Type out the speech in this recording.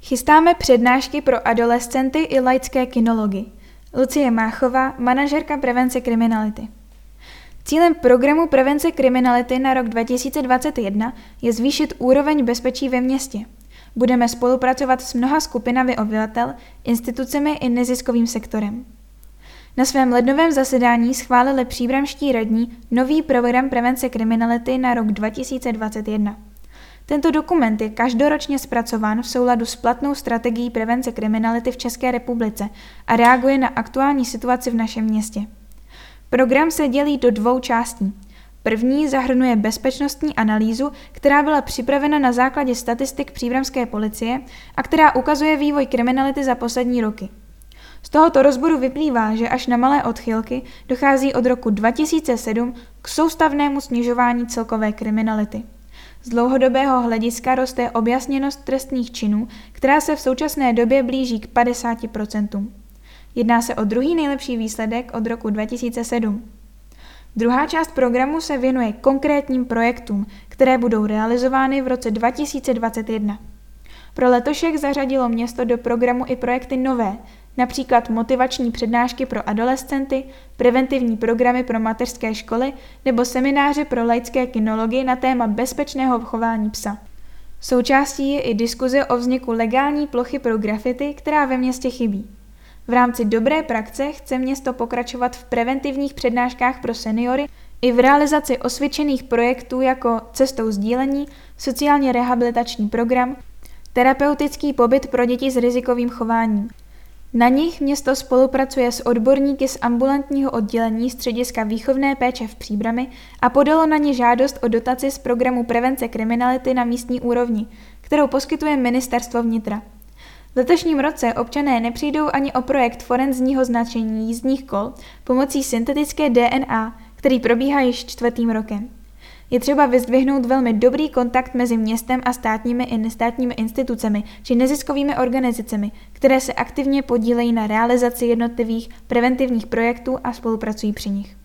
Chystáme přednášky pro adolescenty i laické kinology. Lucie Máchová, manažerka prevence kriminality. Cílem programu prevence kriminality na rok 2021 je zvýšit úroveň bezpečí ve městě. Budeme spolupracovat s mnoha skupinami obyvatel, institucemi i neziskovým sektorem. Na svém lednovém zasedání schválili příbramští radní nový program prevence kriminality na rok 2021. Tento dokument je každoročně zpracován v souladu s platnou strategií prevence kriminality v České republice a reaguje na aktuální situaci v našem městě. Program se dělí do 2 částí. První zahrnuje bezpečnostní analýzu, která byla připravena na základě statistik příbramské policie a která ukazuje vývoj kriminality za poslední roky. Z tohoto rozboru vyplývá, že až na malé odchylky dochází od roku 2007 k soustavnému snižování celkové kriminality. Z dlouhodobého hlediska roste objasněnost trestných činů, která se v současné době blíží k 50%. Jedná se o druhý nejlepší výsledek od roku 2007. Druhá část programu se věnuje konkrétním projektům, které budou realizovány v roce 2021. Pro letošek zařadilo město do programu i projekty nové, například motivační přednášky pro adolescenty, preventivní programy pro mateřské školy nebo semináře pro laické kinology na téma bezpečného chování psa. Součástí je i diskuze o vzniku legální plochy pro grafity, která ve městě chybí. V rámci dobré praxe chce město pokračovat v preventivních přednáškách pro seniory i v realizaci osvědčených projektů jako cestou sdílení, sociálně rehabilitační program, terapeutický pobyt pro děti s rizikovým chováním. Na nich město spolupracuje s odborníky z ambulantního oddělení Střediska výchovné péče v Příbrami a podalo na ně žádost o dotaci z programu prevence kriminality na místní úrovni, kterou poskytuje Ministerstvo vnitra. V letošním roce občané nepřijdou ani o projekt forenzního značení jízdních kol pomocí syntetické DNA, který probíhá již 4. rokem. Je třeba vyzdvihnout velmi dobrý kontakt mezi městem a státními i nestátními institucemi či neziskovými organizacemi, které se aktivně podílejí na realizaci jednotlivých preventivních projektů a spolupracují při nich.